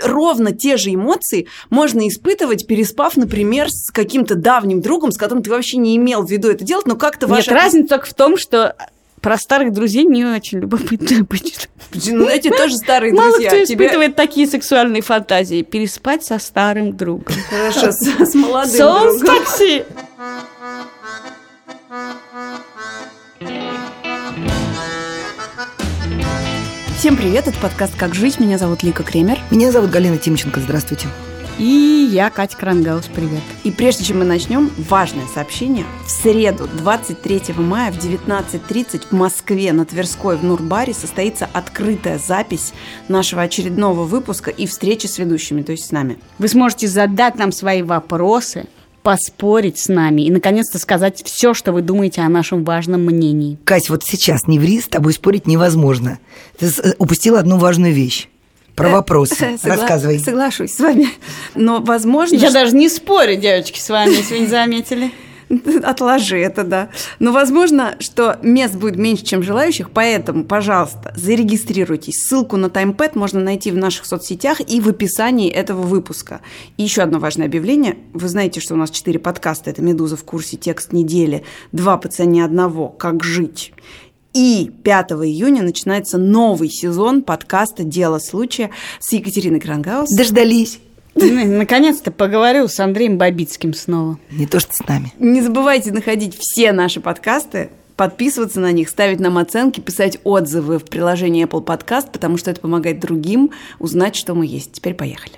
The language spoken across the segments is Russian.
ровно те же эмоции можно испытывать, переспав, например, с каким-то давним другом, с которым ты вообще не имел в виду это делать, но как-то Нет, разница только в том, что про старых друзей не очень любопытно обычно. Ну, эти тоже старые друзья. Мало кто испытывает такие сексуальные фантазии. Переспать со старым другом. Хорошо, с молодым другом. Такси! Всем привет, это подкаст «Как жить». Меня зовут Лика Кремер. Меня зовут Галина Тимченко. Здравствуйте. И я, Катя Крангаус. Привет. И прежде чем мы начнем, важное сообщение. В среду, 23 мая в 19:30 в Москве на Тверской в Нурбаре состоится открытая запись нашего очередного выпуска и встречи с ведущими, то есть с нами. Вы сможете задать нам свои вопросы, поспорить с нами и, наконец-то, сказать все, что вы думаете о нашем важном мнении. Кась, вот сейчас не ври, с тобой спорить невозможно. Ты упустила одну важную вещь. Про вопросы. Рассказывай. Соглашусь с вами. Но, возможно... Я даже не спорю, девочки, с вами, если вы не заметили. Отложи это, да. Но возможно, что мест будет меньше, чем желающих, поэтому, пожалуйста, зарегистрируйтесь. Ссылку на таймпэд можно найти в наших соцсетях и в описании этого выпуска. И еще одно важное объявление. Вы знаете, что у нас 4 подкаста. Это «Медуза в курсе», «Текст недели», «2 по цене одного», «Как жить». И 5 июня начинается новый сезон подкаста «Дело случая» с Екатериной Крангаус. Дождались. Наконец-то поговорю с Андреем Бабицким снова. Не то, что с нами. Не забывайте находить все наши подкасты, подписываться на них, ставить нам оценки, писать отзывы в приложении Apple Podcast, потому что это помогает другим узнать, что мы есть. Теперь поехали.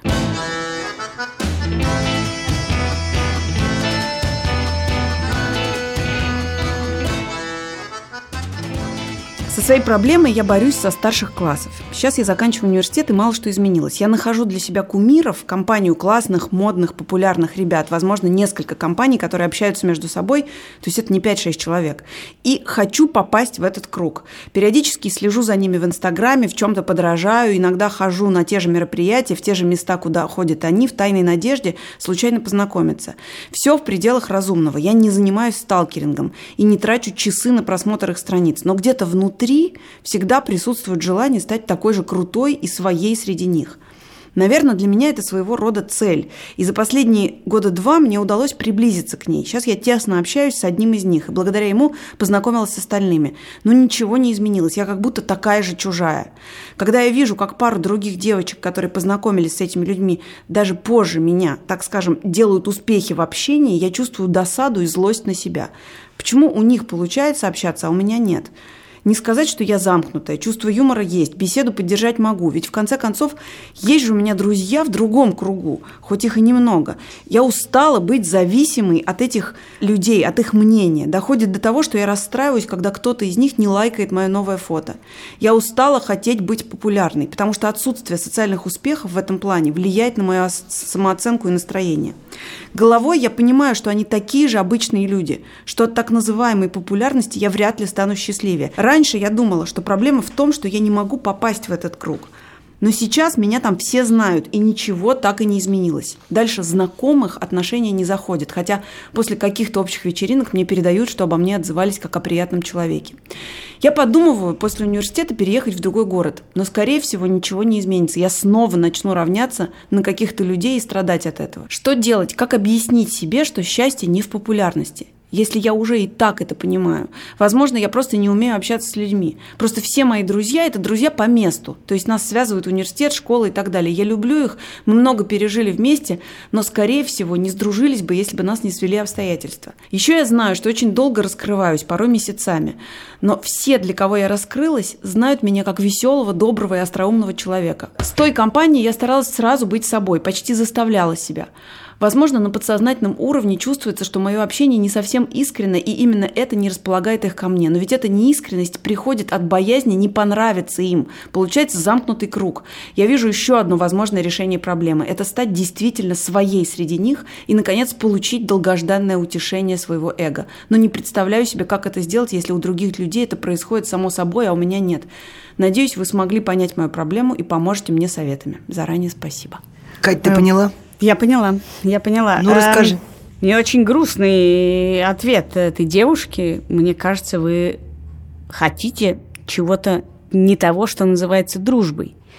Со своей проблемой я борюсь со старших классов. Сейчас я заканчиваю университет, и мало что изменилось. Я нахожу для себя кумиров, компанию классных, модных, популярных ребят, возможно, несколько компаний, которые общаются между собой, то есть это не 5-6 человек. И хочу попасть в этот круг. Периодически слежу за ними в Инстаграме, в чем-то подражаю, иногда хожу на те же мероприятия, в те же места, куда ходят они, в тайной надежде случайно познакомиться. Все в пределах разумного. Я не занимаюсь сталкерингом и не трачу часы на просмотр их страниц, но где-то внутри всегда присутствует желание стать такой же крутой и своей среди них. Наверное, для меня это своего рода цель. И за последние 2 года мне удалось приблизиться к ней. Сейчас я тесно общаюсь с одним из них, и благодаря ему познакомилась с остальными. Но ничего не изменилось, я как будто такая же чужая. Когда я вижу, как пару других девочек, которые познакомились с этими людьми даже позже меня, так скажем, делают успехи в общении, я чувствую досаду и злость на себя. Почему у них получается общаться, а у меня нет? Не сказать, что я замкнутая, чувство юмора есть, беседу поддержать могу, ведь в конце концов есть же у меня друзья в другом кругу, хоть их и немного. Я устала быть зависимой от этих людей, от их мнения. Доходит до того, что я расстраиваюсь, когда кто-то из них не лайкает мое новое фото. Я устала хотеть быть популярной, потому что отсутствие социальных успехов в этом плане влияет на мою самооценку и настроение. Головой я понимаю, что они такие же обычные люди, что от так называемой популярности я вряд ли стану счастливее. Раньше я думала, что проблема в том, что я не могу попасть в этот круг. Но сейчас меня там все знают, и ничего так и не изменилось. Дальше знакомых отношения не заходят, хотя после каких-то общих вечеринок мне передают, что обо мне отзывались как о приятном человеке. Я подумываю после университета переехать в другой город, но, скорее всего, ничего не изменится. Я снова начну равняться на каких-то людей и страдать от этого. Что делать? Как объяснить себе, что счастье не в популярности? Если я уже и так это понимаю. Возможно, я просто не умею общаться с людьми. Просто все мои друзья – это друзья по месту. То есть нас связывает университет, школа и так далее. Я люблю их, мы много пережили вместе, но, скорее всего, не сдружились бы, если бы нас не свели обстоятельства. Еще я знаю, что очень долго раскрываюсь, порой месяцами. Но все, для кого я раскрылась, знают меня как веселого, доброго и остроумного человека. С той компанией я старалась сразу быть собой, почти заставляла себя. Возможно, на подсознательном уровне чувствуется, что мое общение не совсем искренно, и именно это не располагает их ко мне. Но ведь эта неискренность приходит от боязни не понравиться им. Получается замкнутый круг. Я вижу еще одно возможное решение проблемы. Это стать действительно своей среди них и, наконец, получить долгожданное утешение своего эго. Но не представляю себе, как это сделать, если у других людей это происходит само собой, а у меня нет. Надеюсь, вы смогли понять мою проблему и поможете мне советами. Заранее спасибо. Кать, ты поняла? Я поняла. Ну, расскажи. Мне очень грустный ответ этой девушки. Мне кажется, вы хотите чего-то не того, что называется дружбой.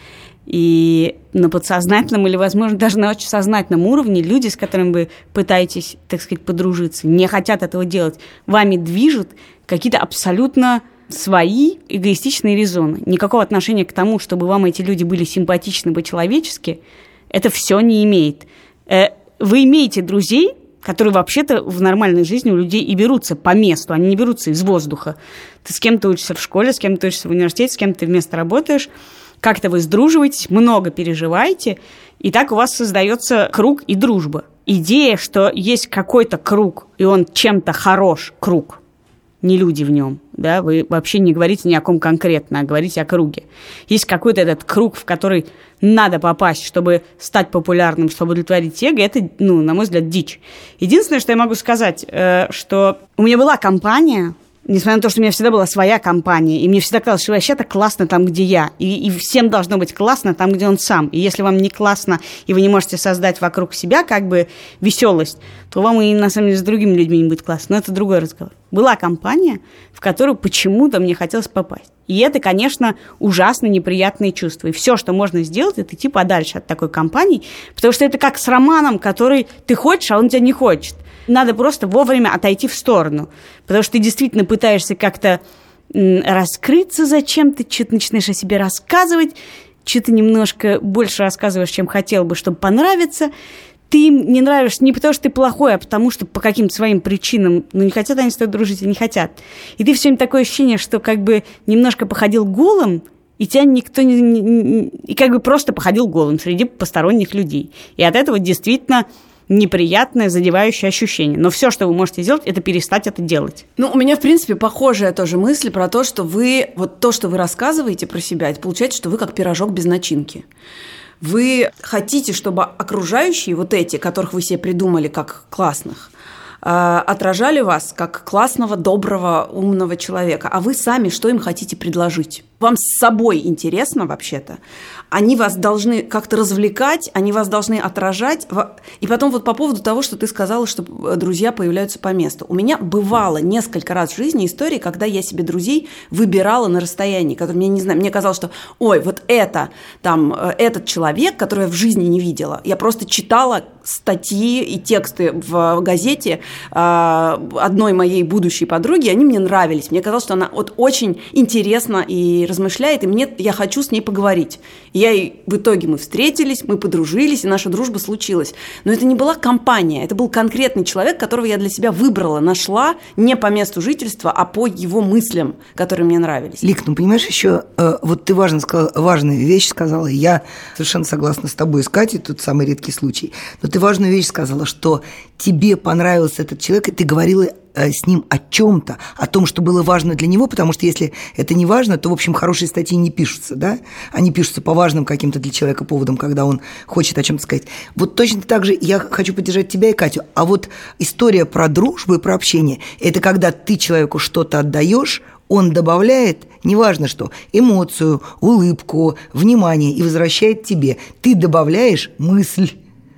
И на подсознательном или, возможно, даже на очень сознательном уровне люди, с которыми вы пытаетесь, так сказать, подружиться, не хотят этого делать. Вами движут какие-то абсолютно свои эгоистичные резоны. Никакого отношения к тому, чтобы вам эти люди были симпатичны по-человечески, это все не имеет. Вы имеете друзей, которые вообще-то в нормальной жизни у людей и берутся по месту, они не берутся из воздуха. Ты с кем-то учишься в школе, с кем-то учишься в университете, с кем-то вместе работаешь, как-то вы сдруживаетесь, много переживаете, и так у вас создается круг и дружба. Идея, что есть какой-то круг, и он чем-то хорош, круг, не люди в нем, да, вы вообще не говорите ни о ком конкретно, а говорите о круге. Есть какой-то этот круг, в который надо попасть, чтобы стать популярным, чтобы удовлетворить эго, это, на мой взгляд, дичь. Единственное, что я могу сказать, что у меня была компания, несмотря на то, что у меня всегда была своя компания, и мне всегда казалось, что вообще-то классно там, где я, и всем должно быть классно там, где он сам. И если вам не классно, и вы не можете создать вокруг себя как бы веселость, то вам и, на самом деле, с другими людьми не будет классно. Но это другой разговор. Была компания, в которую почему-то мне хотелось попасть. И это, конечно, ужасно неприятные чувства. И все, что можно сделать, это идти подальше от такой компании, потому что это как с романом, который ты хочешь, а он тебя не хочет. Надо просто вовремя отойти в сторону, потому что ты действительно пытаешься как-то раскрыться зачем-то, что-то начинаешь о себе рассказывать, что-то немножко больше рассказываешь, чем хотел бы, чтобы понравиться. Ты им не нравишься не потому, что ты плохой, а потому, что по каким-то своим причинам, не хотят они с тобой дружить, и не хотят. И ты все время такое ощущение, что как бы немножко походил голым, и тебя никто и как бы просто походил голым среди посторонних людей. И от этого действительно неприятное, задевающее ощущение. Но все, что вы можете сделать, это перестать это делать. У меня, в принципе, похожая тоже мысль про то, что вы, вот то, что вы рассказываете про себя, это получается, что вы как пирожок без начинки. Вы хотите, чтобы окружающие, вот эти, которых вы себе придумали как классных, отражали вас как классного, доброго, умного человека. А вы сами что им хотите предложить? Вам с собой интересно вообще-то. Они вас должны как-то развлекать, они вас должны отражать. И потом вот по поводу того, что ты сказала, что друзья появляются по месту. У меня бывало несколько раз в жизни истории, когда я себе друзей выбирала на расстоянии, которые, мне казалось, что ой, вот это, этот человек, которого я в жизни не видела. Я просто читала статьи и тексты в газете одной моей будущей подруги, они мне нравились. Мне казалось, что она вот очень интересно и размышляет, и я хочу с ней поговорить. В итоге мы встретились, мы подружились, и наша дружба случилась. Но это не была компания, это был конкретный человек, которого я для себя выбрала, нашла не по месту жительства, а по его мыслям, которые мне нравились. Лик, понимаешь, еще вот ты важную вещь сказала, и я совершенно согласна с тобой, с Катей, тут самый редкий случай, но ты важную вещь сказала, что тебе понравился этот человек, и ты говорила с ним о чем-то, о том, что было важно для него, потому что если это не важно, то, в общем, хорошие статьи не пишутся, да? Они пишутся по важным каким-то для человека поводам, когда он хочет о чем-то сказать. Вот точно так же я хочу поддержать тебя и Катю. А вот история про дружбу и про общение – это когда ты человеку что-то отдаешь, он добавляет, неважно что, эмоцию, улыбку, внимание и возвращает тебе. Ты добавляешь мысль,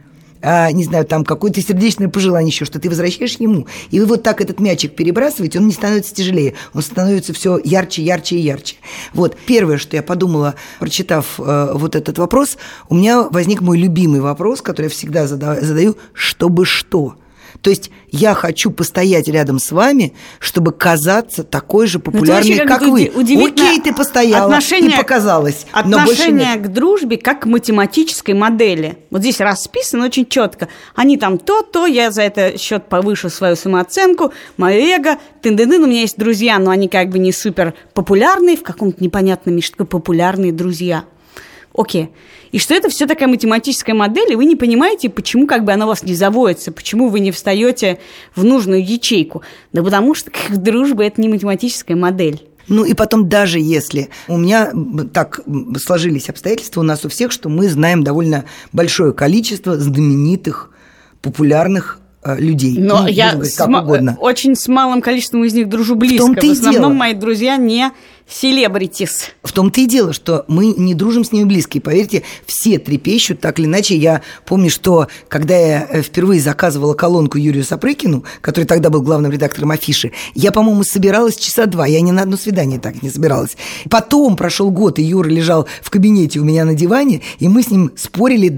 не знаю, какое-то сердечное пожелание еще, что ты возвращаешь ему. И вы вот так этот мячик перебрасываете, он не становится тяжелее, он становится все ярче, ярче и ярче. Вот первое, что я подумала, прочитав вот этот вопрос, у меня возник мой любимый вопрос, который я всегда задаю, чтобы что? То есть я хочу постоять рядом с вами, чтобы казаться такой же популярной, как вы. Окей, ты постояла и показалась. Отношение к дружбе как к математической модели. Вот здесь расписано очень четко. Они то, я за это счет повышу свою самооценку, мое эго, у меня есть друзья, но они как бы не супер популярные, в каком-то непонятном месте популярные друзья. Окей. И что это все такая математическая модель, и вы не понимаете, почему как бы она у вас не заводится, почему вы не встаете в нужную ячейку. Да потому что дружба – это не математическая модель. И потом, даже если у меня так сложились обстоятельства у нас у всех, что мы знаем довольно большое количество знаменитых, популярных людей. Но я очень с малым количеством из них дружу близко. В основном мои друзья не селебритис. В том-то и дело, что мы не дружим с ними близко. И поверьте, все трепещут так или иначе. Я помню, что когда я впервые заказывала колонку Юрию Сапрыкину, который тогда был главным редактором «Афиши», я, по-моему, собиралась часа 2. Я ни на одно свидание так не собиралась. Потом прошел год, и Юра лежал в кабинете у меня на диване, и мы с ним спорили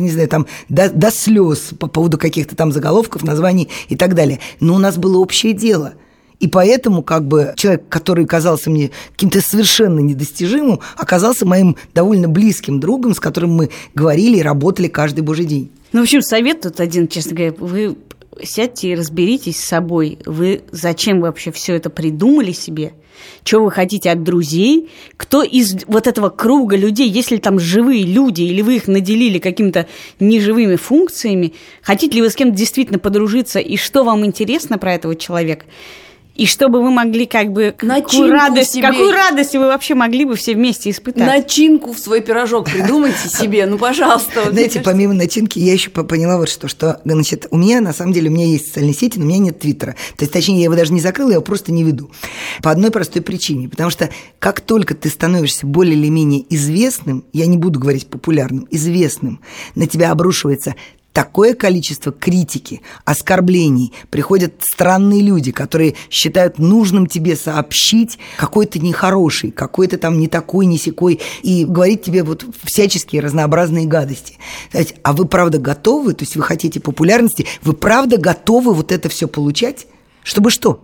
до слез по поводу каких-то там заголовков, названий и так далее. Но у нас было общее дело. И поэтому человек, который казался мне каким-то совершенно недостижимым, оказался моим довольно близким другом, с которым мы говорили и работали каждый божий день. В общем, совет тут один, честно говоря, вы сядьте и разберитесь с собой. Вы зачем вообще все это придумали себе? Что вы хотите от друзей? Кто из вот этого круга людей, если там живые люди, или вы их наделили какими-то неживыми функциями, хотите ли вы с кем-то действительно подружиться, и что вам интересно про этого человека? И чтобы вы могли какую радость вы вообще могли бы все вместе испытать? Начинку в свой пирожок придумайте себе, пожалуйста. Знаете, помимо начинки, я еще поняла что значит, у меня есть социальные сети, но у меня нет Твиттера. То есть, точнее, я его даже не закрыла, я его просто не веду. По одной простой причине. Потому что как только ты становишься более или менее известным, я не буду говорить популярным, известным, на тебя обрушивается такое количество критики, оскорблений. Приходят странные люди, которые считают нужным тебе сообщить, какой ты нехороший, какой ты там не такой, не сякой, и говорить тебе всяческие разнообразные гадости. А вы правда готовы, то есть вы хотите популярности, вы правда готовы это все получать? Чтобы что?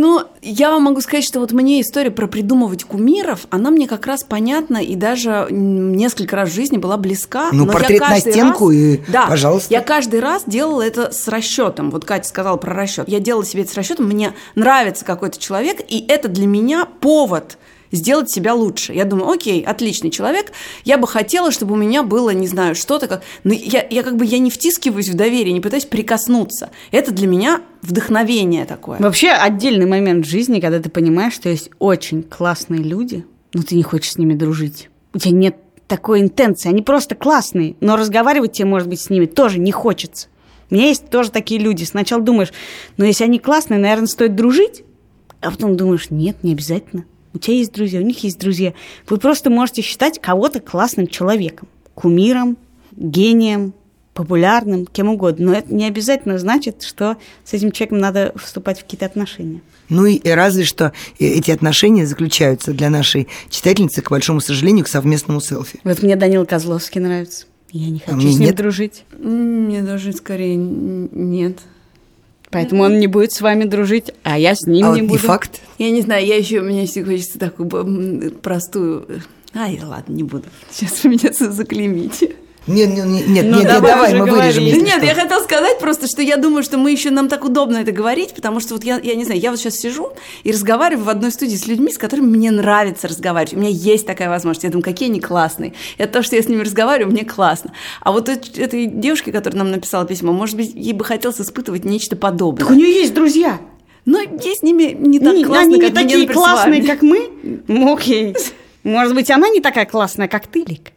Я вам могу сказать, что мне история про придумывать кумиров, она мне как раз понятна и даже несколько раз в жизни была близка. Портрет на стенку пожалуйста. Я каждый раз делала это с расчетом. Катя сказала про расчет. Я делала себе это с расчетом. Мне нравится какой-то человек, и это для меня повод сделать себя лучше. Я думаю, окей, отличный человек, я бы хотела, чтобы у меня было, не знаю, что-то Но я не втискиваюсь в доверие, не пытаюсь прикоснуться. Это для меня вдохновение такое. Вообще отдельный момент в жизни, когда ты понимаешь, что есть очень классные люди, но ты не хочешь с ними дружить. У тебя нет такой интенции. Они просто классные, но разговаривать тебе, может быть, с ними тоже не хочется. У меня есть тоже такие люди. Сначала думаешь, если они классные, наверное, стоит дружить, а потом думаешь, нет, не обязательно. У тебя есть друзья, у них есть друзья. Вы просто можете считать кого-то классным человеком, кумиром, гением, популярным, кем угодно. Но это не обязательно значит, что с этим человеком надо вступать в какие-то отношения. И разве что эти отношения заключаются для нашей читательницы, к большому сожалению, к совместному селфи. Мне Данила Козловский нравится. Я не хочу с ним дружить. Мне даже скорее нет. Поэтому он не будет с вами дружить, а я с ним не буду. Не факт. Я не знаю, мне хочется такую простую... ладно, не буду. Сейчас вы меня заклеймите. Нет, давай, мы вырежем. Нет, я хотела сказать просто, что я думаю, что нам так удобно это говорить, потому что я не знаю, я сейчас сижу и разговариваю в одной студии с людьми, с которыми мне нравится разговаривать. У меня есть такая возможность. Я думаю, какие они классные. Это то, что я с ними разговариваю, мне классно. А этой девушке, которая нам написала письмо, может быть, ей бы хотелось испытывать нечто подобное. Так у нее есть друзья. Но ей с ними не так классно, они как не такие классные, как мы. Окей. Может быть, она не такая классная, как ты, Лик.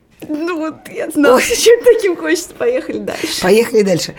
Я знала, что чем-то таким хочется. Поехали дальше.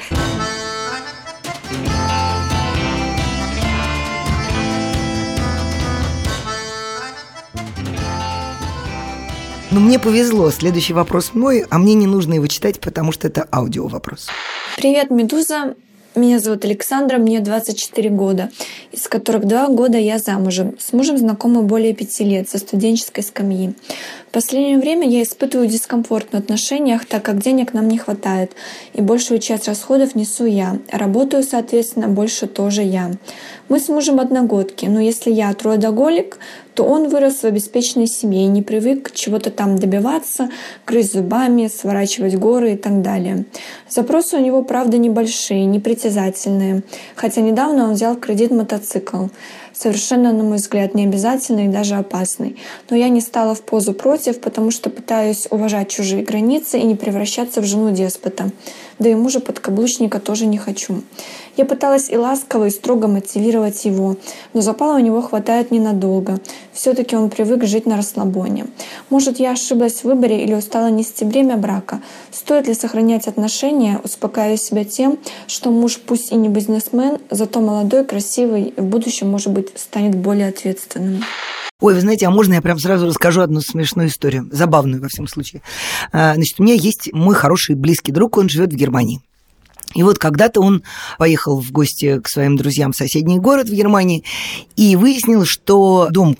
Мне повезло. Следующий вопрос мой, а мне не нужно его читать, потому что это аудио-вопрос. Привет, Медуза. Меня зовут Александра, мне 24 года, из которых 2 года я замужем. С мужем знакомы более 5 лет, со студенческой скамьи. В последнее время я испытываю дискомфорт в отношениях, так как денег нам не хватает, и большую часть расходов несу я. Работаю, соответственно, больше тоже я. Мы с мужем одногодки, но если я трудоголик, то он вырос в обеспеченной семье и не привык чего-то там добиваться, грызть зубами, сворачивать горы и так далее. Запросы у него, правда, небольшие, непритязательные, хотя недавно он взял в кредит мотоцикл. Совершенно, на мой взгляд, необязательный и даже опасный. Но я не стала в позу против, потому что пытаюсь уважать чужие границы и не превращаться в жену деспота. Да и мужа подкаблучника тоже не хочу. Я пыталась и ласково, и строго мотивировать его, но запала у него хватает ненадолго. Все-таки он привык жить на расслабоне. Может, я ошиблась в выборе или устала нести бремя брака? Стоит ли сохранять отношения, успокаивая себя тем, что муж пусть и не бизнесмен, зато молодой, красивый, и в будущем, может быть, станет более ответственным? Ой, вы знаете, а можно я прям сразу расскажу одну смешную историю, забавную во всяком случае. Значит, у меня есть мой хороший близкий друг, он живет в Германии. И вот когда-то он поехал в гости к своим друзьям в соседний город в Германии и выяснил, что дом,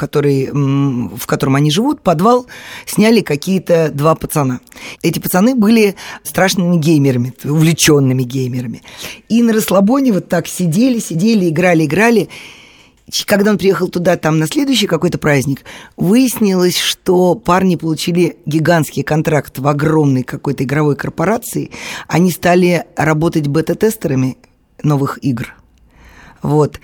в котором они живут, подвал, сняли какие-то 2 пацана. Эти пацаны были страшными геймерами, увлеченными геймерами. И на расслабоне вот так сидели, играли. Когда он приехал туда, там на следующий какой-то праздник, выяснилось, что парни получили гигантский контракт в огромной какой-то игровой корпорации. Они стали работать бета-тестерами новых игр. Вот.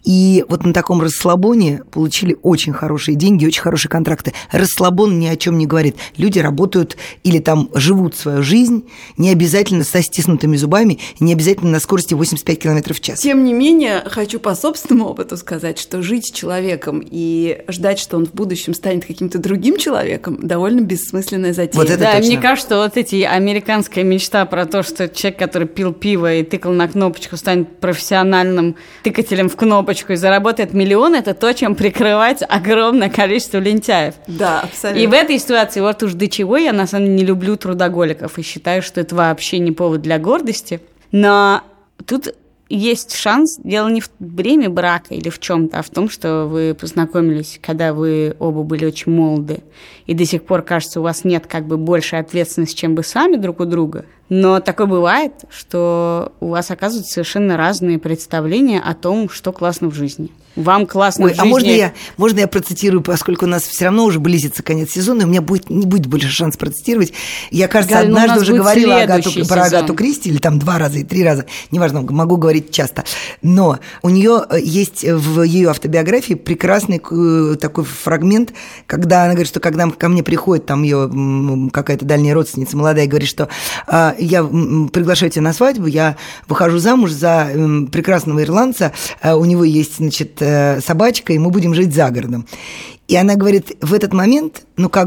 И вот на таком расслабоне получили очень хорошие деньги, очень хорошие контракты. Расслабон ни о чем не говорит. Люди работают или там живут свою жизнь, не обязательно со стиснутыми зубами, не обязательно на скорости 85 км в час. Тем не менее, хочу по собственному опыту сказать, что жить с человеком и ждать, что он в будущем станет каким-то другим человеком, довольно бессмысленная затея. Вот это да, точно. Мне кажется, вот эти американская мечта про то, что человек, который пил пиво и тыкал на кнопочку, станет профессиональным тыкателем в кнопочку и заработает миллион, это то, чем прикрывается огромное количество лентяев. Да, абсолютно. И в этой ситуации, вот уж до чего, я на самом деле не люблю трудоголиков и считаю, что это вообще не повод для гордости. Но тут есть шанс, дело не в время брака или в чем-то, а в том, что вы познакомились, когда вы оба были очень молоды, и до сих пор, кажется, у вас нет как бы большей ответственности, чем вы сами друг у друга. Но такое бывает, что у вас оказываются совершенно разные представления о том, что классно в жизни. Вам классно в жизни. А можно я процитирую, поскольку у нас все равно уже близится конец сезона, и у меня не будет больше шанс процитировать. Я, кажется, Галь, однажды уже говорила про Агату сезон. Кристи, или там 2 раза и 3 раза, неважно, могу говорить часто. Но у нее есть в ее автобиографии прекрасный такой фрагмент, когда она говорит, что когда ко мне приходит там ее какая-то дальняя родственница молодая, и говорит, что я приглашаю тебя на свадьбу, я выхожу замуж за прекрасного ирландца, у него есть, значит, собачка, и мы будем жить за городом. И она говорит, в этот момент,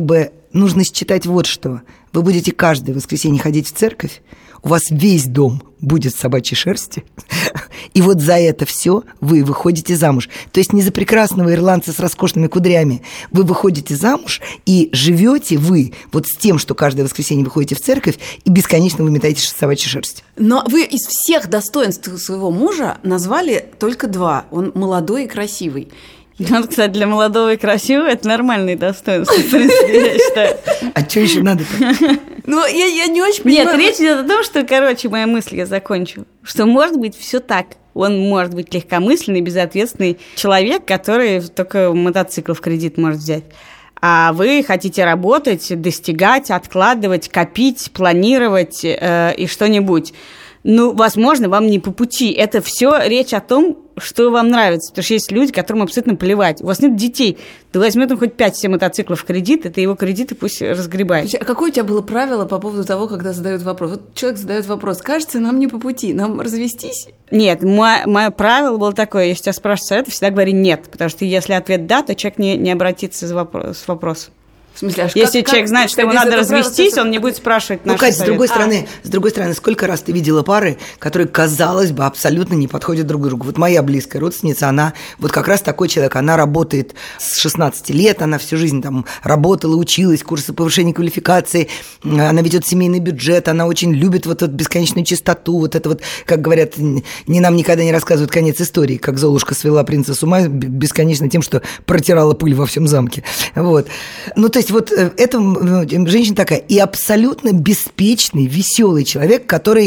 нужно считать вот что. Вы будете каждое воскресенье ходить в церковь, у вас весь дом будет в собачьей шерсти, и вот за это все вы выходите замуж. То есть не за прекрасного ирландца с роскошными кудрями. Вы выходите замуж и живете вы вот с тем, что каждое воскресенье вы ходите в церковь и бесконечно выметаете собачью шерсть. Но вы из всех достоинств своего мужа назвали только 2. Он молодой и красивый. Ну, кстати, для молодого и красивого это нормальные достоинства, в принципе, я считаю. А что еще надо-то? Ну, я не очень понимаю. Нет, речь идет о том, что, моя мысль я закончу, что может быть все так. Он может быть легкомысленный, безответственный человек, который только мотоцикл в кредит может взять. А вы хотите работать, достигать, откладывать, копить, планировать и что-нибудь. Ну, возможно, вам не по пути. Это все речь о том, что вам нравится. Потому что есть люди, которым абсолютно плевать. У вас нет детей. Да возьмет он хоть 5-7 мотоциклов в кредит, это его кредиты пусть разгребает. А какое у тебя было правило по поводу того, когда задают вопрос? Вот человек задает вопрос, кажется, нам не по пути, нам развестись? Нет, мое правило было такое, если тебя спрашивают совета, всегда говори нет. Потому что если ответ да, то человек не обратится с вопросом. В смысле, если человек знает, что ему надо развестись, он не будет спрашивать наши советы. С другой стороны, сколько раз ты видела пары, которые, казалось бы, абсолютно не подходят друг к другу? Вот моя близкая родственница, она вот как раз такой человек, она работает с 16 лет, она всю жизнь там работала, училась, курсы повышения квалификации, она ведет семейный бюджет, она очень любит вот эту бесконечную чистоту, вот это вот, как говорят, нам никогда не рассказывают конец истории, как Золушка свела принца с ума бесконечно тем, что протирала пыль во всем замке. Вот. Ну, то есть вот эта женщина такая, и абсолютно беспечный, веселый человек,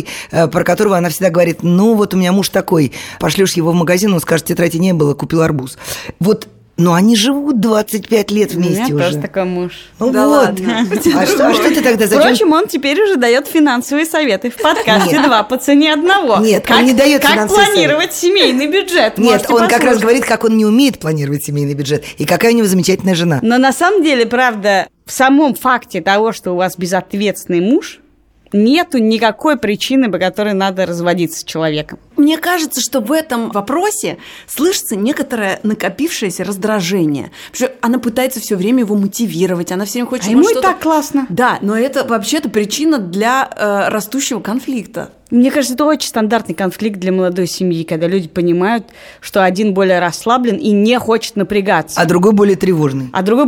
про которого она всегда говорит, ну вот у меня муж такой, пошлешь его в магазин, он скажет, тетради не было, купил арбуз. Вот. Но они живут 25 лет вместе уже. У меня тоже такой муж. Ну да вот. Ладно. А что ты тогда зачем? Впрочем, он теперь уже дает финансовые советы в подкасте «2 по цене одного». Нет, он не дает финансовые советы. Как планировать семейный бюджет? Нет, он как раз говорит, как он не умеет планировать семейный бюджет, и какая у него замечательная жена. Но на самом деле, правда, в самом факте того, что у вас безответственный муж, нету никакой причины, по которой надо разводиться с человеком. Мне кажется, что в этом вопросе слышится некоторое накопившееся раздражение. Потому что она пытается все время его мотивировать, она все время хочет... ему и так классно. Да, но это вообще-то причина для растущего конфликта. Мне кажется, это очень стандартный конфликт для молодой семьи, когда люди понимают, что один более расслаблен и не хочет напрягаться. А другой более тревожный.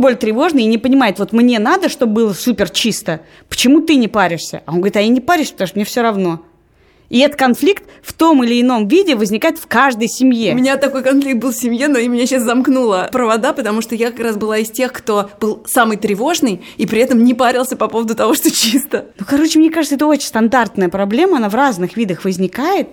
И не понимает, вот мне надо, чтобы было супер чисто, почему ты не паришься? А он говорит, а я не парюсь, потому что мне все равно. И этот конфликт в том или ином виде возникает в каждой семье. У меня такой конфликт был в семье, но и меня сейчас замкнуло провода, потому что я как раз была из тех, кто был самый тревожный и при этом не парился по поводу того, что чисто. Мне кажется, это очень стандартная проблема, она в разных видах возникает.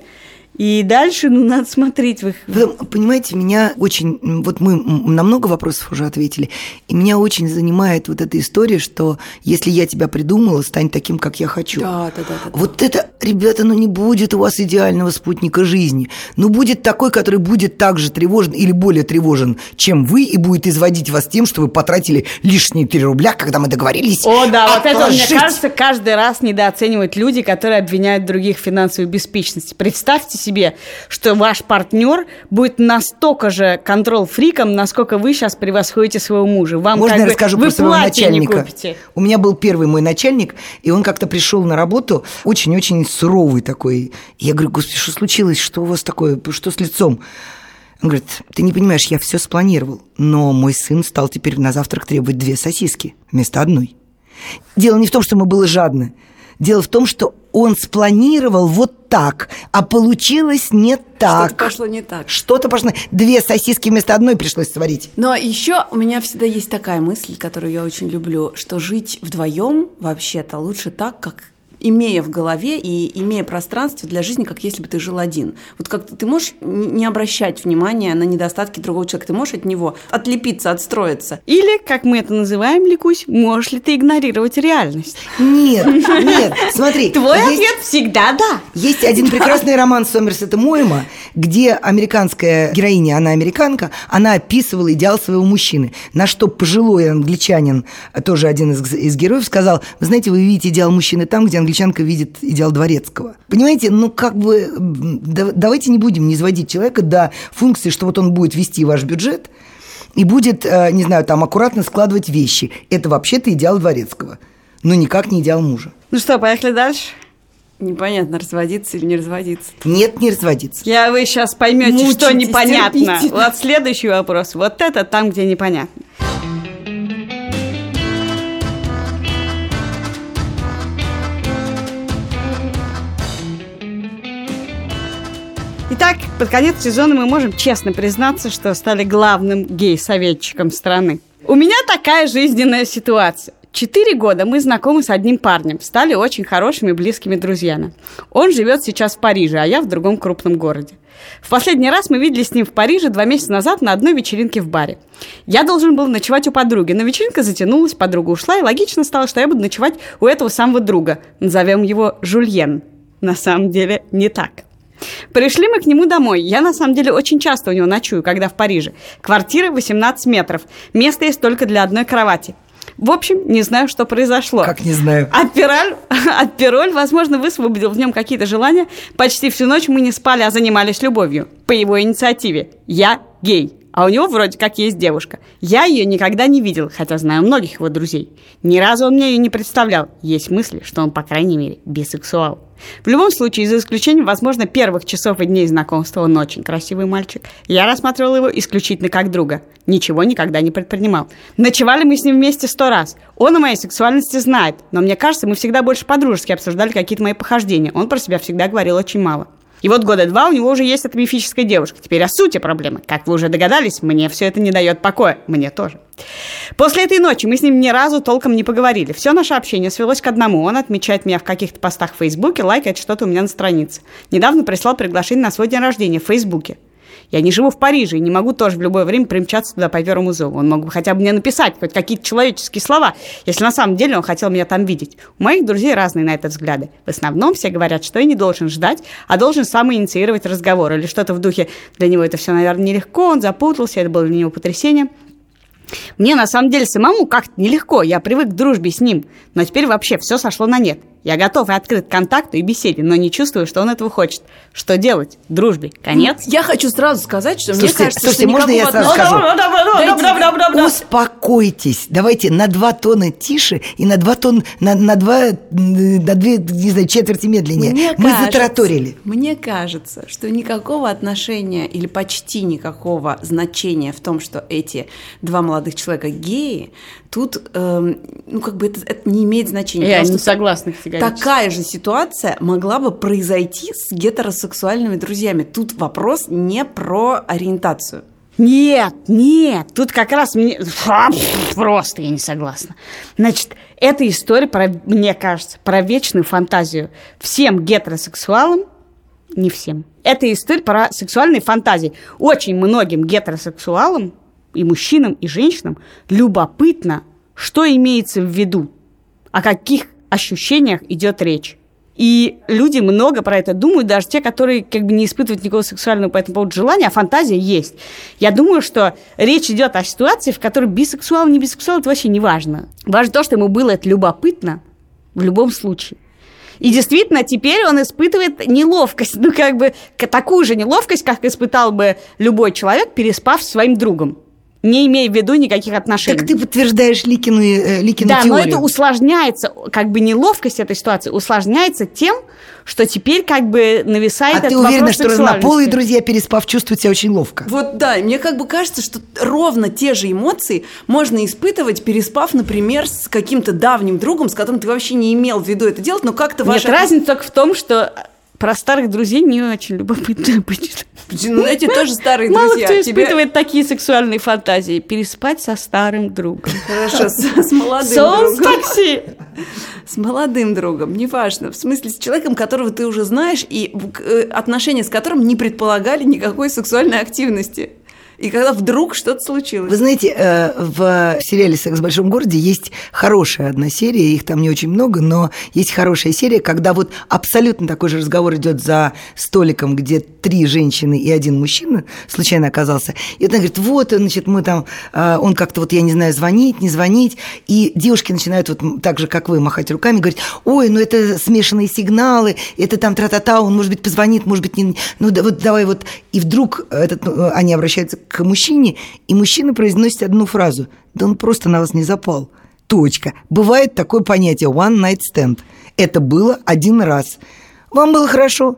И дальше, надо смотреть в их... Понимаете, меня очень... Вот мы на много вопросов уже ответили, и меня очень занимает вот эта история, что если я тебя придумала, стань таким, как я хочу. Да. Вот это, ребята, не будет у вас идеального спутника жизни. Будет такой, который будет так же тревожен или более тревожен, чем вы, и будет изводить вас тем, что вы потратили лишние 3 рубля, когда мы договорились. О, да, вот это, мне кажется, каждый раз недооценивают люди, которые обвиняют других в финансовой беспечности. Представьте себе, что ваш партнер будет настолько же контрол-фриком, насколько вы сейчас превосходите своего мужа. Вам Можно я расскажу про своего начальника? У меня был первый мой начальник, и он как-то пришел на работу очень-очень суровый такой. Я говорю, господи, что случилось? Что у вас такое? Что с лицом? Он говорит, ты не понимаешь, я все спланировал, но мой сын стал теперь на завтрак требовать 2 сосиски вместо 1. Дело не в том, что ему было жадно. Дело в том, что он спланировал вот так, а получилось не так. Что-то пошло не так. Что-то пошло. 2 сосиски вместо 1 пришлось сварить. Но еще у меня всегда есть такая мысль, которую я очень люблю, что жить вдвоем вообще-то лучше так, как имея в голове и имея пространство для жизни, как если бы ты жил один. Вот как ты можешь не обращать внимания на недостатки другого человека, ты можешь от него отлепиться, отстроиться. Или, как мы это называем, Ликусь, можешь ли ты игнорировать реальность? Нет, смотри. Твой ответ всегда да. Есть один прекрасный роман Сомерсета Моэма, где американская героиня, она американка, она описывала идеал своего мужчины, на что пожилой англичанин, тоже один из героев, сказал, вы знаете, вы видите идеал мужчины там, где англичанка видит идеал дворецкого. Понимаете, давайте не будем низводить человека до функции, что вот он будет вести ваш бюджет и будет, не знаю, там аккуратно складывать вещи. Это вообще-то идеал дворецкого, но никак не идеал мужа. Ну что, поехали дальше? Непонятно, разводиться или не разводиться. Нет, не разводиться. Вы сейчас поймете, что непонятно. Вот следующий вопрос. Вот это там, где непонятно. Итак, под конец сезона мы можем честно признаться, что стали главным гей-советчиком страны. У меня такая жизненная ситуация. 4 года мы знакомы с одним парнем, стали очень хорошими близкими друзьями. Он живет сейчас в Париже, а я в другом крупном городе. В последний раз мы виделись с ним в Париже 2 месяца назад на одной вечеринке в баре. Я должен был ночевать у подруги, но вечеринка затянулась, подруга ушла, и логично стало, что я буду ночевать у этого самого друга. Назовем его Жульен. На самом деле не так. Пришли мы к нему домой. Я, на самом деле, очень часто у него ночую, когда в Париже. Квартира 18 метров. Место есть только для одной кровати. В общем, не знаю, что произошло. Как не знаю? Адпероль, возможно, высвободил в нем какие-то желания. Почти всю ночь мы не спали, а занимались любовью. По его инициативе. Я гей. А у него вроде как есть девушка. Я ее никогда не видел, хотя знаю многих его друзей. Ни разу он мне ее не представлял. Есть мысли, что он, по крайней мере, бисексуал. В любом случае, за исключением, возможно, первых часов и дней знакомства, он очень красивый мальчик. Я рассматривала его исключительно как друга. Ничего никогда не предпринимал. Ночевали мы с ним вместе 100 раз. Он о моей сексуальности знает, но мне кажется, мы всегда больше по-дружески обсуждали какие-то мои похождения. Он про себя всегда говорил очень мало. И вот 2 года у него уже есть эта мифическая девушка. Теперь о сути проблемы. Как вы уже догадались, мне все это не дает покоя. Мне тоже. После этой ночи мы с ним ни разу толком не поговорили. Все наше общение свелось к одному. Он отмечает меня в каких-то постах в Фейсбуке, лайкает что-то у меня на странице. Недавно прислал приглашение на свой день рождения в Фейсбуке. Я не живу в Париже и не могу тоже в любое время примчаться туда по первому зову. Он мог бы хотя бы мне написать хоть какие-то человеческие слова, если на самом деле он хотел меня там видеть. У моих друзей разные на это взгляды. В основном все говорят, что я не должен ждать, а должен сам инициировать разговор. Или что-то в духе «для него это все, наверное, нелегко, он запутался, это было для него потрясение». Мне на самом деле самому как-то нелегко, я привык к дружбе с ним, но теперь вообще все сошло на нет. Я готов и открыт к контакту и беседе, но не чувствую, что он этого хочет. Что делать? Дружбе конец? Я хочу сразу сказать, что Слушайте, мне кажется, слушайте, что можно я сразу скажу? Успокойтесь. Давайте на 2 тона тише и на 2 тона, на 2, не знаю, четверти медленнее. Мы затараторили. Мне кажется, что никакого отношения или почти никакого значения в том, что эти 2 молодых человека геи, тут, это не имеет значения. Я не согласна категорически. Такая же ситуация могла бы произойти с гетеросексуальными друзьями. Тут вопрос не про ориентацию. Нет, тут как раз просто я не согласна. Значит, эта история, мне кажется, про вечную фантазию всем гетеросексуалам, не всем. Это история про сексуальные фантазии. Очень многим гетеросексуалам, и мужчинам, и женщинам любопытно, что имеется в виду, о каких ощущениях идет речь. И люди много про это думают, даже те, которые не испытывают никакого сексуального по этому поводу желания, а фантазия есть. Я думаю, что речь идет о ситуации, в которой бисексуал, не бисексуал, это вообще не важно. Важно то, что ему было это любопытно в любом случае. И действительно, теперь он испытывает неловкость, такую же неловкость, как испытал бы любой человек, переспав со своим другом, не имея в виду никаких отношений. Так ты подтверждаешь Ликину теорию. Да, но это усложняется, неловкость этой ситуации усложняется тем, что теперь нависает этот вопрос сексуальности. А ты уверена, что разнополые друзья, переспав, чувствуют себя очень ловко? Вот да, мне кажется, что ровно те же эмоции можно испытывать, переспав, например, с каким-то давним другом, с которым ты вообще не имел в виду это делать, но как-то ваша... Нет, разница только в том, что про старых друзей не очень любопытно почитать. Эти тоже старые друзья. Мало кто испытывает такие сексуальные фантазии. Переспать со старым другом. Хорошо, с молодым другом. С молодым другом, неважно. В смысле, с человеком, которого ты уже знаешь, и отношения с которым не предполагали никакой сексуальной активности. И когда вдруг что-то случилось. Вы знаете, в сериале «Секс в большом городе» есть хорошая одна серия, их там не очень много, но есть хорошая серия, когда вот абсолютно такой же разговор идет за столиком, где 3 женщины и 1 мужчина случайно оказался. И вот она говорит, вот, значит, мы там, он как-то я не знаю, звонить, не звонить, и девушки начинают так же, как вы, махать руками, говорить, ой, ну это смешанные сигналы, это там тра-та-та, он, может быть, позвонит, может быть, не, ну вот давай вот. И вдруг они обращаются к мужчине, и мужчина произносит одну фразу. Да он просто на вас не запал. Точка. Бывает такое понятие one night stand. Это было 1 раз. Вам было хорошо?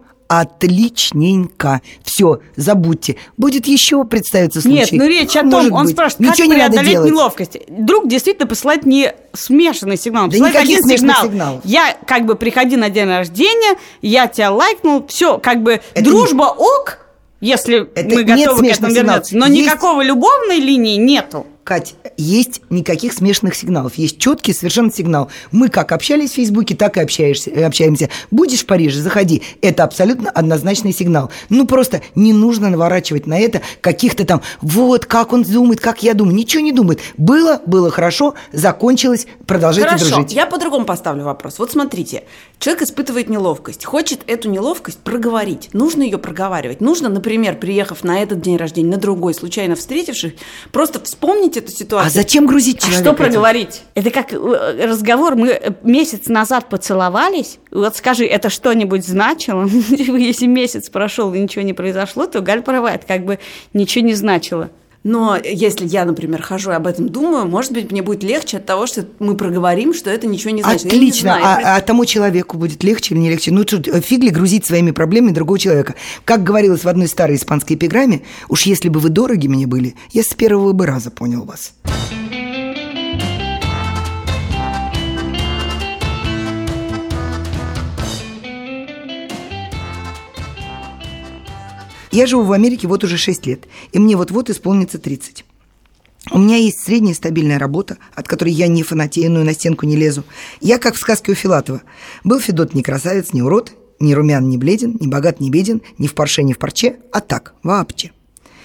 Отличненько. Все, забудьте. Будет еще представиться случай. Нет, речь о том, он спрашивает, как преодолеть неловкость. Друг действительно посылает не смешанный сигнал, да никаких смешанных сигналов. Я приходи на день рождения, я тебя лайкнул, все, дружба ок, если мы готовы к этому вернуться. Но никакого любовной линии нету. Кать, есть никаких смешанных сигналов. Есть четкий совершенно сигнал. Мы как общались в Фейсбуке, так и общаемся. Будешь в Париже, заходи. Это абсолютно однозначный сигнал. Ну, просто не нужно наворачивать на это каких-то там, вот, как он думает, как я думаю. Ничего не думает. Было хорошо, закончилось, продолжайте дружить. Хорошо, я по-другому поставлю вопрос. Вот смотрите, человек испытывает неловкость, хочет эту неловкость проговорить. Нужно ее проговаривать. Нужно, например, приехав на этот день рождения, на другой, случайно встретивших, просто вспомнить эту ситуацию. А зачем грузить человека? Что проговорить? Это как разговор. Мы месяц назад поцеловались. Вот скажи, это что-нибудь значило? Если месяц прошел и ничего не произошло, то Галь права, это ничего не значило. Но если я, например, хожу и об этом думаю, может быть, мне будет легче от того, что мы проговорим, что это ничего не значит. Отлично. А тому человеку будет легче или не легче? Ну, тут фиг ли грузить своими проблемами другого человека? Как говорилось в одной старой испанской эпиграмме, уж если бы вы дороги мне были, я с первого бы раза понял вас. Я живу в Америке вот уже 6 лет, и мне вот-вот исполнится 30. У меня есть средняя стабильная работа, от которой я не фанатею, но и на стенку не лезу. Я как в сказке у Филатова. Был Федот не красавец, не урод, ни румян, ни бледен, ни богат, ни беден, ни в парше, ни в парче, а так, вообще.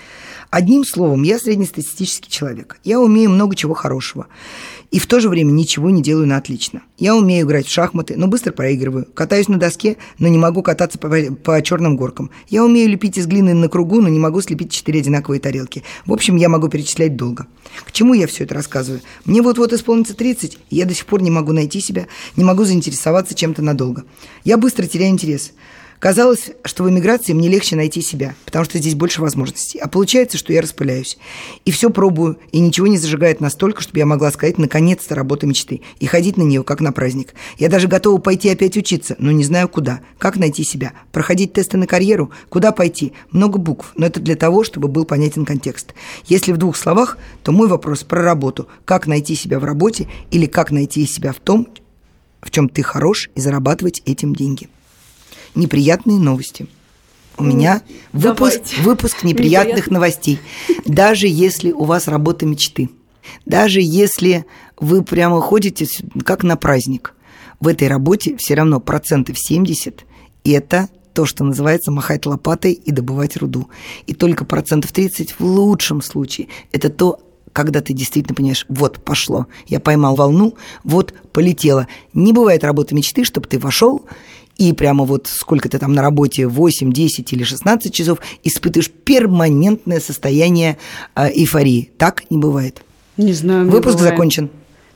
Одним словом, я среднестатистический человек. Я умею много чего хорошего. И в то же время ничего не делаю на отлично. Я умею играть в шахматы, но быстро проигрываю. Катаюсь на доске, но не могу кататься по черным горкам. Я умею лепить из глины на кругу, но не могу слепить 4 одинаковые тарелки. В общем, я могу перечислять долго. К чему я все это рассказываю? Мне вот-вот исполнится 30, и я до сих пор не могу найти себя, не могу заинтересоваться чем-то надолго. Я быстро теряю интерес. Казалось, что в эмиграции мне легче найти себя, потому что здесь больше возможностей. А получается, что я распыляюсь. И все пробую, и ничего не зажигает настолько, чтобы я могла сказать «наконец-то работа мечты» и ходить на нее, как на праздник. Я даже готова пойти опять учиться, но не знаю куда. Как найти себя? Проходить тесты на карьеру? Куда пойти? Много букв, но это для того, чтобы был понятен контекст. Если в 2 словах, то мой вопрос про работу. Как найти себя в работе или как найти себя в том, в чем ты хорош, и зарабатывать этим деньги. Неприятные новости. У меня выпуск неприятных новостей. Даже если у вас работа мечты, даже если вы прямо ходите как на праздник, в этой работе все равно 70% это то, что называется махать лопатой и добывать руду. И только 30% в лучшем случае это то, когда ты действительно понимаешь, вот пошло, я поймал волну, вот полетело. Не бывает работы мечты, чтобы ты вошел и прямо вот сколько ты там на работе, 8, 10 или 16 часов, испытываешь перманентное состояние эйфории. Так не бывает. Не знаю. Выпуск закончен.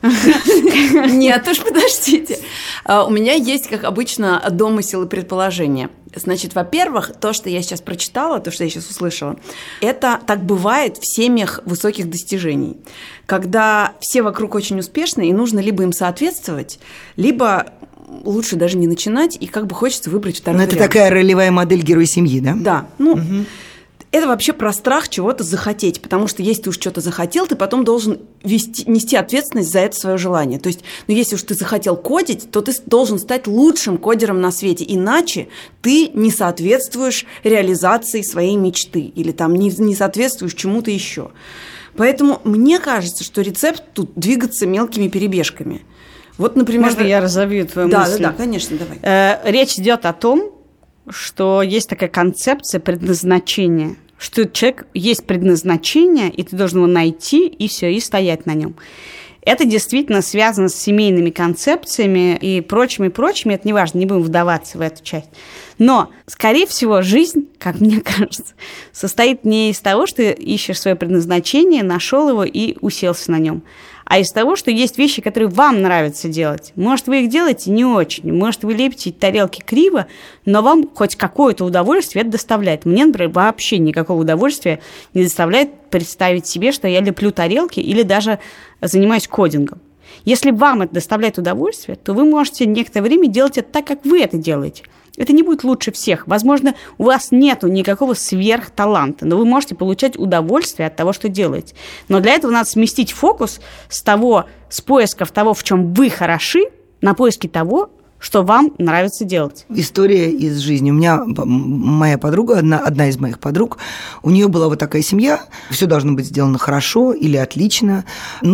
Нет, уж подождите. У меня есть, как обычно, домысел и предположение. Значит, во-первых, то, что я сейчас прочитала, то, что я сейчас услышала, это так бывает в семьях высоких достижений, когда все вокруг очень успешны, и нужно либо им соответствовать, либо лучше даже не начинать, и как бы хочется выбрать второй вариант. Это такая ролевая модель героя семьи, да? Да. Это вообще про страх чего-то захотеть, потому что если ты уж что-то захотел, ты потом должен нести ответственность за это свое желание. То есть, если уж ты захотел кодить, то ты должен стать лучшим кодером на свете, иначе ты не соответствуешь реализации своей мечты или там не соответствуешь чему-то еще. Поэтому мне кажется, что рецепт тут двигаться мелкими перебежками. Вот, например... Можно я разовью твою мысль? Да, конечно, давай. Речь идет о том, что есть такая концепция предназначения, что у человека есть предназначение, и ты должен его найти, и все, и стоять на нем. Это действительно связано с семейными концепциями и прочими. Это не важно, не будем вдаваться в эту часть. Но, скорее всего, жизнь, как мне кажется, состоит не из того, что ты ищешь свое предназначение, нашел его и уселся на нем, а из того, что есть вещи, которые вам нравится делать. Может, вы их делаете не очень, может, вы лепите тарелки криво, но вам хоть какое-то удовольствие это доставляет. Мне, например, вообще никакого удовольствия не доставляет представить себе, что я леплю тарелки или даже занимаюсь кодингом. Если вам это доставляет удовольствие, то вы можете некоторое время делать это так, как вы это делаете. Это не будет лучше всех. Возможно, у вас нету никакого сверхталанта, но вы можете получать удовольствие от того, что делаете. Но для этого надо сместить фокус с поисков того, в чем вы хороши, на поиски того, что вам нравится делать. История из жизни. У меня моя подруга, одна из моих подруг, у нее была вот такая семья, все должно быть сделано хорошо или отлично.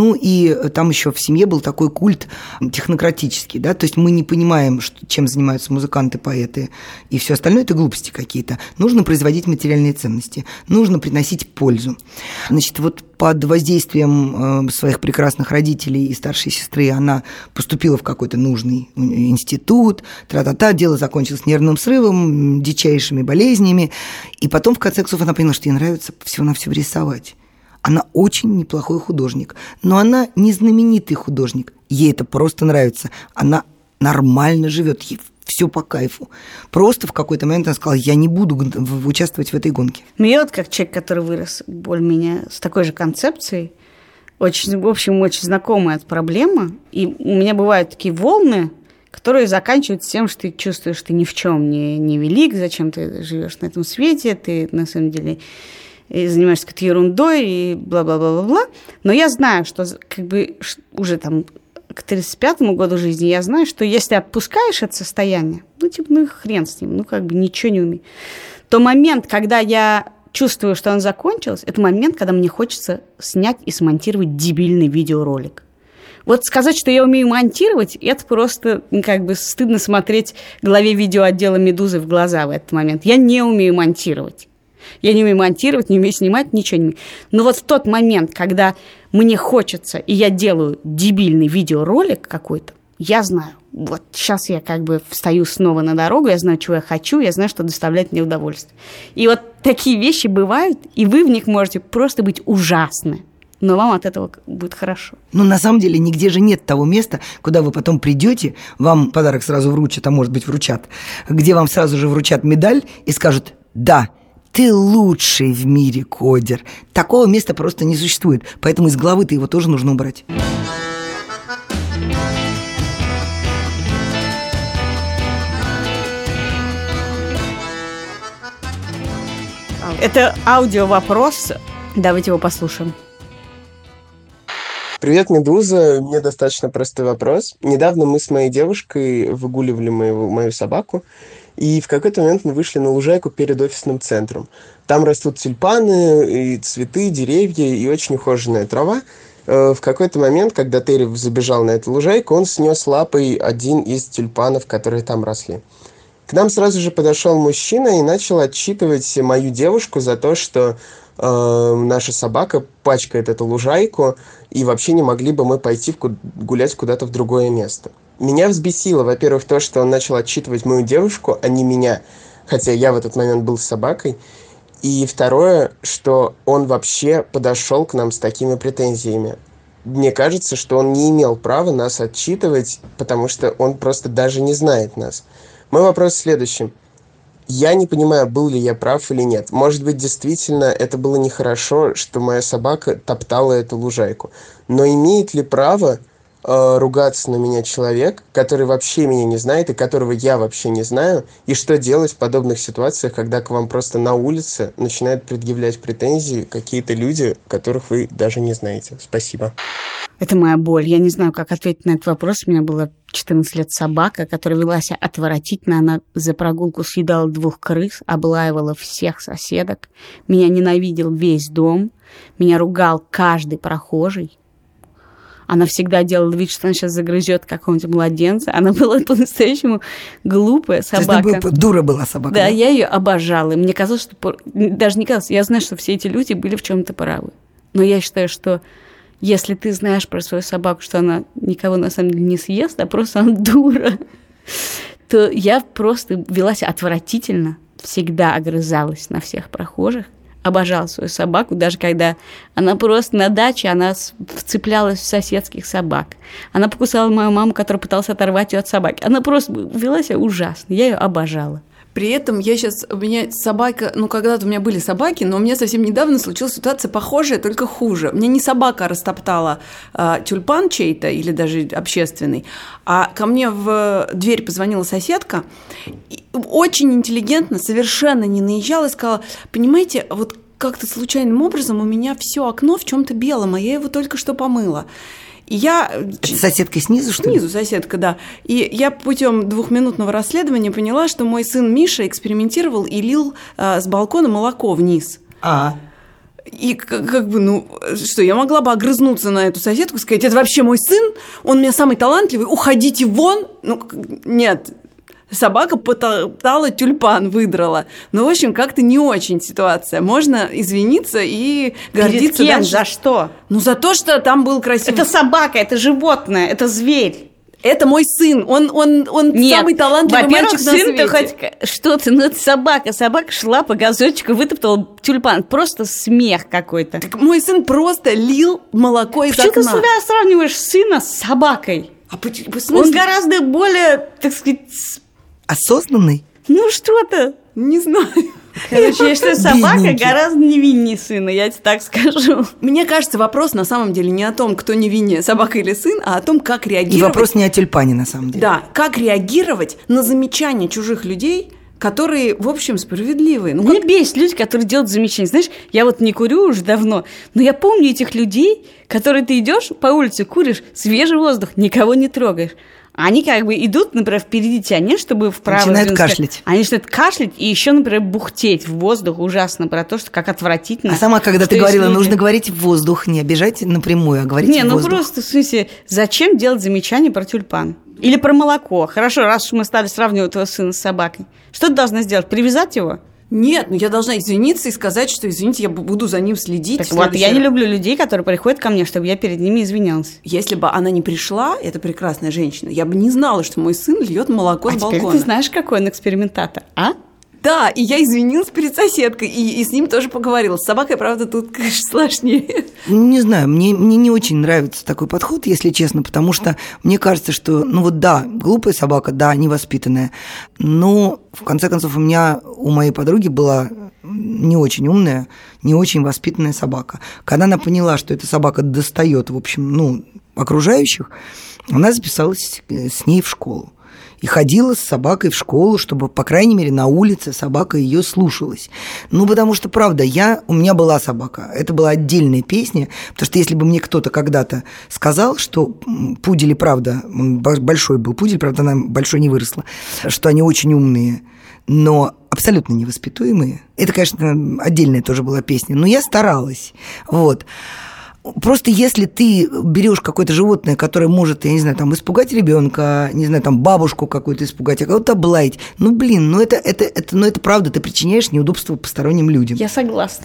И там еще в семье был такой культ технократический, да, то есть мы не понимаем, чем занимаются музыканты, поэты и все остальное, это глупости какие-то. Нужно производить материальные ценности, нужно приносить пользу. Значит, вот под воздействием своих прекрасных родителей и старшей сестры она поступила в какой-то нужный институт, дело закончилось нервным срывом, дичайшими болезнями, и потом, в конце концов, она поняла, что ей нравится всего-навсего рисовать. Она очень неплохой художник, но она не знаменитый художник, ей это просто нравится, она нормально живет, ей все по кайфу. Просто в какой-то момент она сказала, я не буду участвовать в этой гонке. Я вот как человек, который вырос более-менее с такой же концепцией, очень знакомая эта проблема, и у меня бывают такие волны, которые заканчиваются тем, что ты чувствуешь, что ты ни в чем не велик, зачем ты живешь на этом свете, ты на самом деле занимаешься какой-то ерундой и бла-бла-бла-бла-бла. Но я знаю, что уже там к 35-му году жизни я знаю, что если отпускаешь это состояние, хрен с ним, ничего не умею, то момент, когда я чувствую, что оно закончилось, это момент, когда мне хочется снять и смонтировать дебильный видеоролик. Вот сказать, что я умею монтировать, это просто стыдно смотреть главе видеоотдела «Медузы» в глаза в этот момент. Я не умею монтировать. Я не умею монтировать, не умею снимать, ничего не умею. Но вот в тот момент, когда мне хочется, и я делаю дебильный видеоролик какой-то, я знаю, вот сейчас я как бы встаю снова на дорогу, я знаю, чего я хочу, я знаю, что доставляет мне удовольствие. И вот такие вещи бывают, и вы в них можете просто быть ужасны. Но вам от этого будет хорошо. Ну, на самом деле, нигде же нет того места, куда вы потом придете, вам подарок сразу вручат, а может быть вручат, где вам сразу же вручат медаль и скажут: да, ты лучший в мире кодер. Такого места просто не существует, поэтому из головы-то его тоже нужно убрать. Это аудиовопрос. Давайте его послушаем. Привет, Медуза. Мне достаточно простой вопрос. Недавно мы с моей девушкой выгуливали мою собаку, и в какой-то момент мы вышли на лужайку перед офисным центром. Там растут тюльпаны, и цветы, деревья, и очень ухоженная трава. В какой-то момент, когда Терри забежал на эту лужайку, он снес лапой один из тюльпанов, которые там росли. К нам сразу же подошел мужчина и начал отчитывать мою девушку за то, что наша собака пачкает эту лужайку, и вообще не могли бы мы пойти гулять куда-то в другое место. Меня взбесило, во-первых, то, что он начал отчитывать мою девушку, а не меня, хотя я в этот момент был с собакой. И второе, что он вообще подошел к нам с такими претензиями. Мне кажется, что он не имел права нас отчитывать, потому что он просто даже не знает нас. Мой вопрос в следующем. Я не понимаю, был ли я прав или нет. Может быть, действительно, это было нехорошо, что моя собака топтала эту лужайку. Но имеет ли право ругаться на меня человек, который вообще меня не знает и которого я вообще не знаю? И что делать в подобных ситуациях, когда к вам просто на улице начинают предъявлять претензии какие-то люди, которых вы даже не знаете? Спасибо. Это моя боль. Я не знаю, как ответить на этот вопрос. У меня была 14 лет собака, которая вела себя отвратительно. Она за прогулку съедала 2 крыс, облаивала всех соседок. Меня ненавидел весь дом. Меня ругал каждый прохожий. Она всегда делала вид, что она сейчас загрызет какого-нибудь младенца. Она была по-настоящему глупая собака. То есть дура была собака, да? Да, я ее обожала. И мне казалось, что... Даже не казалось, я знаю, что все эти люди были в чем-то правы. Но я считаю, что если ты знаешь про свою собаку, что она никого на самом деле не съест, а просто она дура, то я просто вела себя отвратительно, всегда огрызалась на всех прохожих, обожала свою собаку, даже когда она просто на даче, она вцеплялась в соседских собак. Она покусала мою маму, которая пыталась оторвать ее от собаки. Она просто вела себя ужасно, я ее обожала. При этом у меня собака, когда-то у меня были собаки, но у меня совсем недавно случилась ситуация похожая, только хуже. Мне не собака растоптала тюльпан чей-то или даже общественный, а ко мне в дверь позвонила соседка, очень интеллигентно, совершенно не наезжала и сказала: понимаете, вот как-то случайным образом у меня все окно в чем-то белом, а я его только что помыла. Это соседка снизу, что ли? Снизу соседка, да. И я путем 2-минутного расследования поняла, что мой сын Миша экспериментировал и лил с балкона молоко вниз. И что, я могла бы огрызнуться на эту соседку и сказать: это вообще мой сын, он у меня самый талантливый, уходите вон. Нет. Собака потоптала тюльпан, выдрала. В общем, как-то не очень ситуация. Можно извиниться и гордиться. Перед кем? Дальше. За что? За то, что там был красивый... Это собака, это животное, это зверь. Это мой сын. Он Нет, самый талантливый мальчик на свете. Сын-то хоть что-то, это собака. Собака шла по газончику, вытоптала тюльпан. Просто смех какой-то. Так мой сын просто лил молоко из окна. Почему ты себя сравниваешь сына с собакой? Он гораздо более, так сказать... Осознанный? Что-то. Не знаю. Короче, я считаю, собака гораздо невиннее сына, я тебе так скажу. Мне кажется, вопрос на самом деле не о том, кто невиннее, собака или сын, а о том, как реагировать. И вопрос не о тюльпане, на самом деле. Да, как реагировать на замечания чужих людей, которые, в общем, справедливые. Меня бесит люди, которые делают замечания. Знаешь, я не курю уже давно, но я помню этих людей, которые ты идешь по улице, куришь, свежий воздух, никого не трогаешь. Они идут, например, впереди тебя, не чтобы вправо. Начинают кашлять. Они начинают кашлять и еще, например, бухтеть в воздух ужасно про то, что как отвратительно. А сама, когда ты говорила, нужно говорить в воздух, не обижать напрямую, а говорить в воздух. Просто, в смысле, зачем делать замечания про тюльпан? Или про молоко? Хорошо, раз уж мы стали сравнивать твоего сына с собакой. Что ты должна сделать? Привязать его? Нет, я должна извиниться и сказать, что, извините, я буду за ним следить. Так вот, я не люблю людей, которые приходят ко мне, чтобы я перед ними извинялась. Если бы она не пришла, эта прекрасная женщина, я бы не знала, что мой сын льет молоко с балкона. Теперь ты знаешь, какой он экспериментатор, а? Да, и я извинилась перед соседкой, и с ним тоже поговорила. С собакой, правда, тут, конечно, сложнее. Не знаю, мне не очень нравится такой подход, если честно, потому что мне кажется, что, да, глупая собака, да, невоспитанная, но, в конце концов, у моей подруги была не очень умная, не очень воспитанная собака. Когда она поняла, что эта собака достает, в общем, окружающих, она записалась с ней в школу. И ходила с собакой в школу, чтобы, по крайней мере, на улице собака ее слушалась. Потому что, правда, у меня была собака. Это была отдельная песня, потому что если бы мне кто-то когда-то сказал, что пудели, правда, большой был пудель, правда, она большой не выросла, что они очень умные, но абсолютно невоспитуемые. Это, конечно, отдельная тоже была песня, но я старалась. Вот. Просто если ты берешь какое-то животное, которое может, я не знаю, испугать ребенка, не знаю, бабушку какую-то испугать, а кого-то облаять, это правда, ты причиняешь неудобства посторонним людям. Я согласна.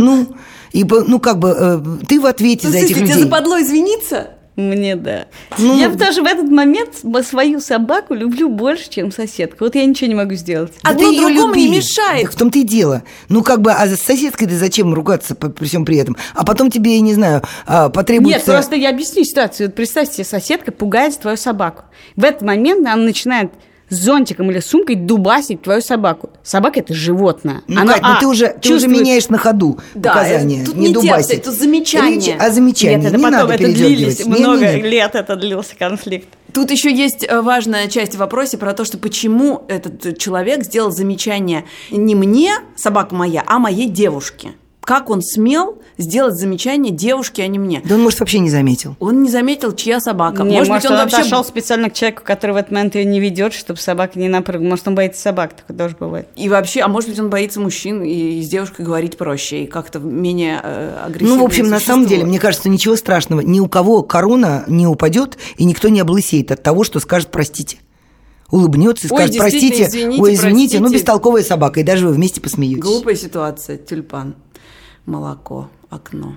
Ты в ответе за этих людей. Тебе западло извиниться? Мне да. Я даже в этот момент свою собаку люблю больше, чем соседку. Вот я ничего не могу сделать. Одно другому не мешает. Так в том-то и дело. А с соседкой ты зачем ругаться при всем при этом? А потом тебе, я не знаю, потребуется... Нет, просто я объясню ситуацию. Вот представь себе, соседка пугает твою собаку. В этот момент она начинает зонтиком или сумкой дубасить твою собаку. Собака – это животное. Кать, ты уже меняешь на ходу указания. Тут не дубасить, это замечание. Речь о замечании. Нет, это не потом надо передергивать. Много лет это длился конфликт. Тут еще есть важная часть в вопросе про то, что почему этот человек сделал замечание не мне, собака моя, а моей девушке. Как он смел сделать замечание девушке, а не мне? Да он, может, вообще не заметил. Он не заметил, чья собака. Может быть, он отошел специально к человеку, который в этот момент ее не ведет, чтобы собака не напрыгнула. Может, он боится собак, такое тоже бывает. И вообще, может быть, он боится мужчин, и с девушкой говорить проще, и как-то менее агрессивно. В общем, на самом деле, мне кажется, ничего страшного. Ни у кого корона не упадет, и никто не облысеет от того, что скажет «простите». Улыбнется и скажет «простите», извините, бестолковая собака, и даже вы вместе посмеетесь. Глупая ситуация, тюльпан. Молоко, окно.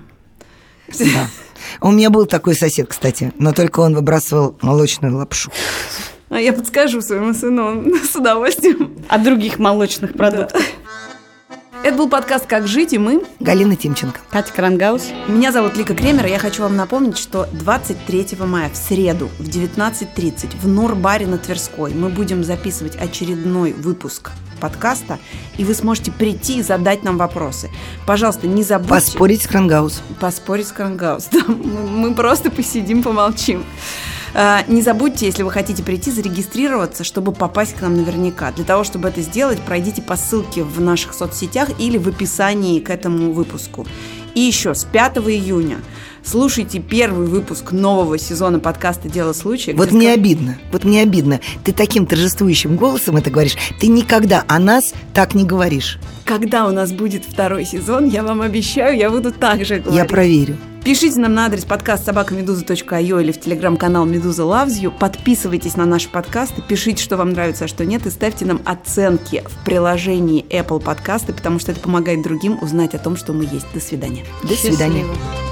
Да. У меня был такой сосед, кстати, но только он выбрасывал молочную лапшу. А я подскажу своему сыну с удовольствием. О других молочных продуктах. Да. Это был подкаст «Как жить», и мы... Галина Тимченко. Катя Крангаус. Меня зовут Лика Кремер, и я хочу вам напомнить, что 23 мая в среду в 19:30 в Нур-баре на Тверской мы будем записывать очередной выпуск подкаста, и вы сможете прийти и задать нам вопросы. Пожалуйста, не забудьте... Поспорить с Крангаус. Поспорить с Крангаус. Да, мы просто посидим, помолчим. Не забудьте, если вы хотите прийти, зарегистрироваться, чтобы попасть к нам наверняка. Для того, чтобы это сделать, пройдите по ссылке в наших соцсетях или в описании к этому выпуску. И еще с 5 июня слушайте первый выпуск нового сезона подкаста «Дело случая». Вот мне обидно. Ты таким торжествующим голосом это говоришь. Ты никогда о нас так не говоришь. Когда у нас будет второй сезон, я вам обещаю, я буду так же говорить. Я проверю. Пишите нам на адрес подкаст собакамедуза.io или в телеграм-канал Медуза Loves You. Подписывайтесь на наши подкасты, пишите, что вам нравится, а что нет, и ставьте нам оценки в приложении Apple Подкасты, потому что это помогает другим узнать о том, что мы есть. До свидания. До свидания.